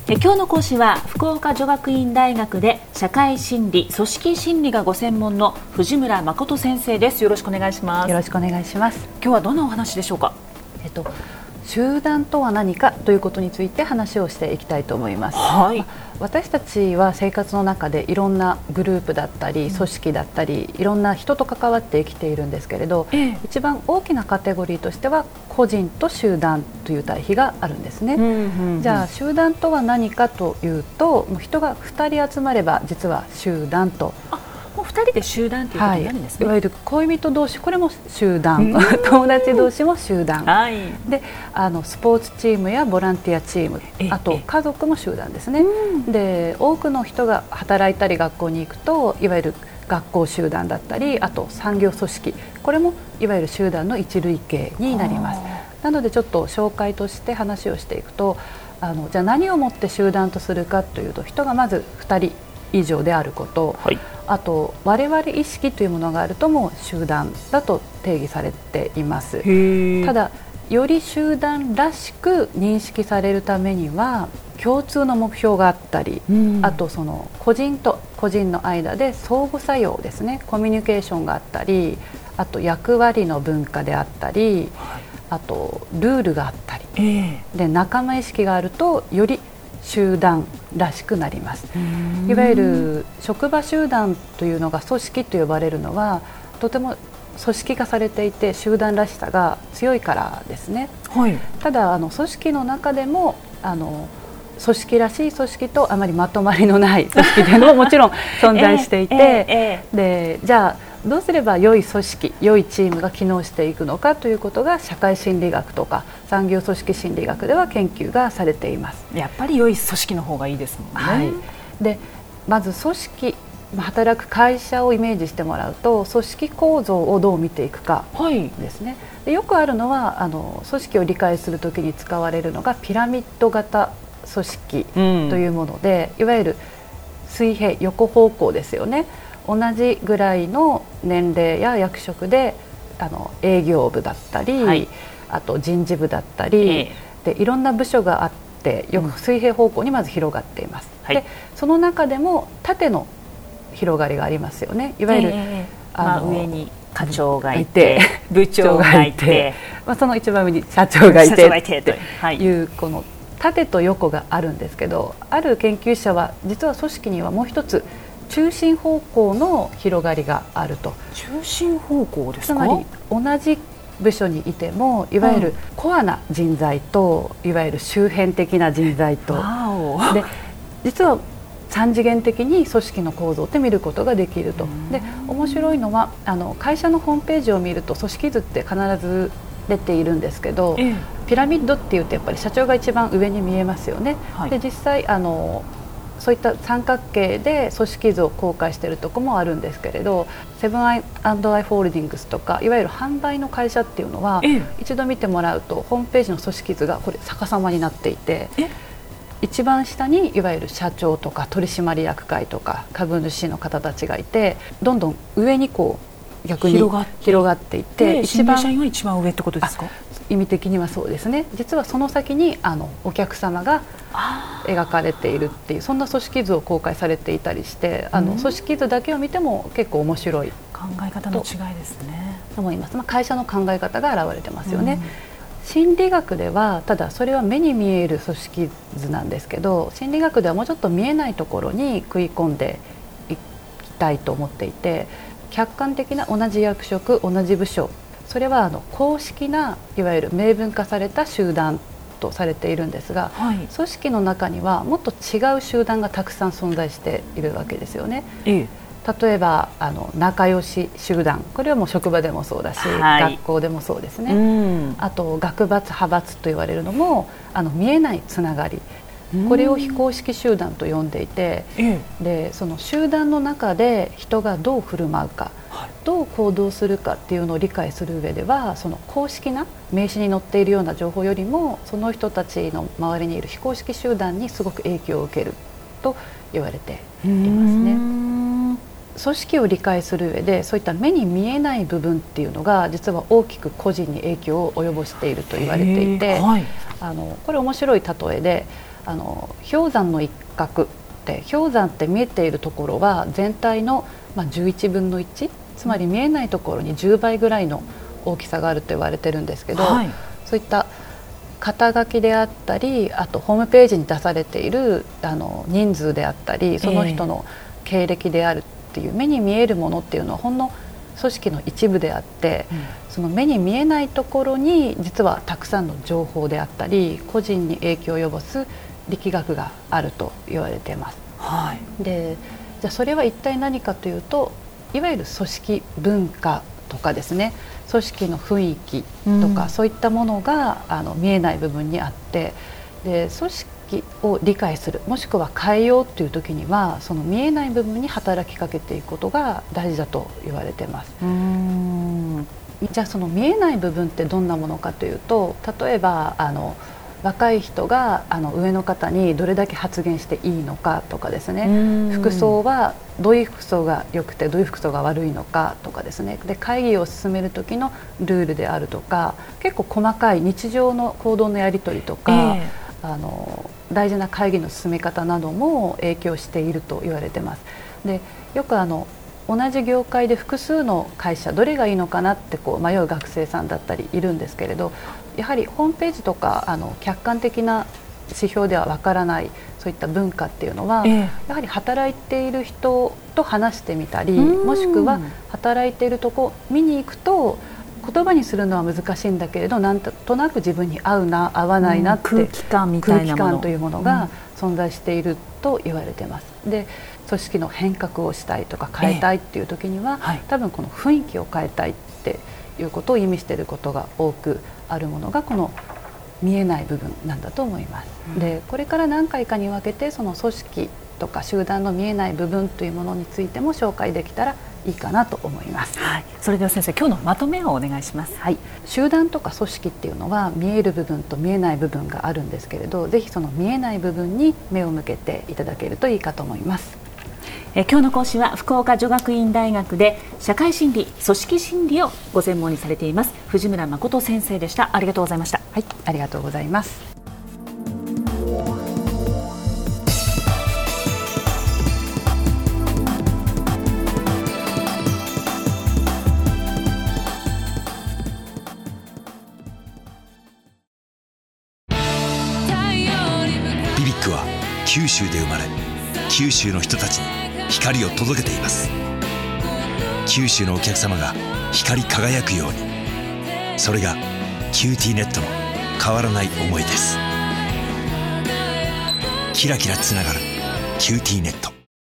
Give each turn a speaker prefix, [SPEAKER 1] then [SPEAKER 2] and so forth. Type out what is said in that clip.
[SPEAKER 1] 今日の講師は福岡女学院大学で社会心理組織心理がご専門の藤村誠先生です。よろしくお願いします。
[SPEAKER 2] よろしくお願いします。
[SPEAKER 1] 今日はどんなお話でしょうか。
[SPEAKER 2] 集団とは何かということについて話をしていきたいと思います。
[SPEAKER 1] はい。
[SPEAKER 2] 私たちは生活の中でいろんなグループだったり組織だったりいろんな人と関わって生きているんですけれど、一番大きなカテゴリーとしては個人と集団という対比があるんですね。じゃあ集団とは何かというと、もう人が2人集まれば実は集団と。
[SPEAKER 1] もう2人で集団ということになるんですね。
[SPEAKER 2] いわゆる恋人同士、これも集団、友達同士も集団、でスポーツチームやボランティアチーム、あと家族も集団ですね。で多くの人が働いたり学校に行くといわゆる学校集団だったり、あと産業組織、これもいわゆる集団の一類型になります。なのでちょっと紹介として話をしていくと、じゃあ何をもって集団とするかというと、人がまず2人以上であること、あと我々意識というものがあるともう集団だと定義されています。ただより集団らしく認識されるためには共通の目標があったり、あとその個人と個人の間で相互作用ですね、コミュニケーションがあったり、あと役割の文化であったり、あとルールがあったり、で仲間意識があるとより集団らしくなります。いわゆる職場集団というのが組織と呼ばれるのはとても組織化されていて集団らしさが強いからですね。ただ組織の中でも組織らしい組織とあまりまとまりのない組織というのももちろん存在していて、でじゃあどうすれば良い組織、良いチームが機能していくのかということが社会心理学とか産業組織心理学では研究がされています。
[SPEAKER 1] やっぱり良い組織の方がいいですもんね。
[SPEAKER 2] でまず組織、働く会社をイメージしてもらうと組織構造をどう見ていくかですね。でよくあるのは組織を理解するときに使われるのがピラミッド型組織というもので、いわゆる水平横方向ですよね。同じぐらいの年齢や役職で営業部だったり、あと人事部だったり、でいろんな部署があってよく水平方向にまず広がっています。でその中でも縦の広がりがありますよね。いわゆる、
[SPEAKER 1] 上に課長がいて部長がいて、
[SPEAKER 2] その一番上に社長がいてっていうこの縦と横があるんですけど、ある研究者は実は組織にはもう一つ中心方向の広がりがあると。
[SPEAKER 1] 中心方向ですか。
[SPEAKER 2] つまり同じ部署にいてもいわゆるコアな人材といわゆる周辺的な人材とで実は3次元的に組織の構造って見ることができると。で面白いのは会社のホームページを見ると組織図って必ず出ているんですけど、ピラミッドっていうとやっぱり社長が一番上に見えますよね。で実際そういった三角形で組織図を公開しているところもあるんですけれど、セブンアイ&アイ・ホールディングスとかいわゆる販売の会社っていうのは、一度見てもらうとホームページの組織図がこれ逆さまになっていて、一番下にいわゆる社長とか取締役会とか株主の方たちがいて、どんどん上にこう逆に広がっていって、
[SPEAKER 1] 新入社員は一番上ってことですか。
[SPEAKER 2] 意味的にはそうですね。実はその先にお客様が描かれているっていう、そんな組織図を公開されていたりして、組織図だけを見ても結構面白い
[SPEAKER 1] 考え方の違いですね
[SPEAKER 2] と思います。会社の考え方が現れてますよね。心理学ではただそれは目に見える組織図なんですけど、心理学ではもうちょっと見えないところに食い込んでいきたいと思っていて、客観的な同じ役職同じ部署、それは公式ないわゆる明文化された集団とされているんですが、組織の中にはもっと違う集団がたくさん存在しているわけですよね。例えば仲良し集団、これはもう職場でもそうだし、学校でもそうですね。あと学閥派閥と言われるのも見えないつながり、これを非公式集団と呼んでいて、でその集団の中で人がどう振る舞うか、どう行動するかっていうのを理解する上では、その公式な名刺に載っているような情報よりもその人たちの周りにいる非公式集団にすごく影響を受けると言われていますね。組織を理解する上でそういった目に見えない部分っていうのが実は大きく個人に影響を及ぼしていると言われていて、これ面白い例えで氷山の一角で、氷山って見えているところは全体の11分の1、つまり見えないところに10倍ぐらいの大きさがあると言われてるんですけど、そういった肩書きであったり、あとホームページに出されている人数であったり、その人の経歴であるっていう目に見えるものっていうのはほんの組織の一部であって、その目に見えないところに実はたくさんの情報であったり個人に影響を及ぼす力学があると言われています。で、じゃあそれは一体何かというと、いわゆる組織文化とかですね、組織の雰囲気とか、そういったものが見えない部分にあって、で組織を理解する、もしくは変えようという時にはその見えない部分に働きかけていくことが大事だと言われています。じゃあその見えない部分ってどんなものかというと、例えば若い人が上の方にどれだけ発言していいのかとかですね、服装はどういう服装が良くてどういう服装が悪いのかとかですね、で会議を進める時のルールであるとか、結構細かい日常の行動のやり取りとか、大事な会議の進め方なども影響していると言われています。で、よく同じ業界で複数の会社どれがいいのかなって迷う学生さんだったりいるんですけれど、やはりホームページとか客観的な指標ではわからないそういった文化っていうのは、やはり働いている人と話してみたり、もしくは働いているとこ見に行くと言葉にするのは難しいんだけれど、なんとなく自分に合うな合わないなって、
[SPEAKER 1] 空気感みたいなもの、
[SPEAKER 2] 空気感というものが存在していると言われています。で、組織の変革をしたいとか変えたいっていう時には、多分この雰囲気を変えたいっていうことを意味していることが多くあるものがこの見えない部分なんだと思います。で、これから何回かに分けてその組織とか集団の見えない部分というものについても紹介できたらいいかなと思います。
[SPEAKER 1] それでは先生、今日のまとめをお願いします。
[SPEAKER 2] 集団とか組織っていうのは見える部分と見えない部分があるんですけれど、ぜひその見えない部分に目を向けていただけるといいかと思います。
[SPEAKER 1] 今日の講師は福岡女学院大学で社会心理・組織心理をご専門にされています藤村誠先生でした。ありがとうございました。
[SPEAKER 2] ありがとうございます。
[SPEAKER 3] ビビックは九州で生まれ、九州の人たちに光を届けています。九州のお客様が光り輝くように、それがキューティーネットの変わらない思いです。キラキラつながるキューティーネット。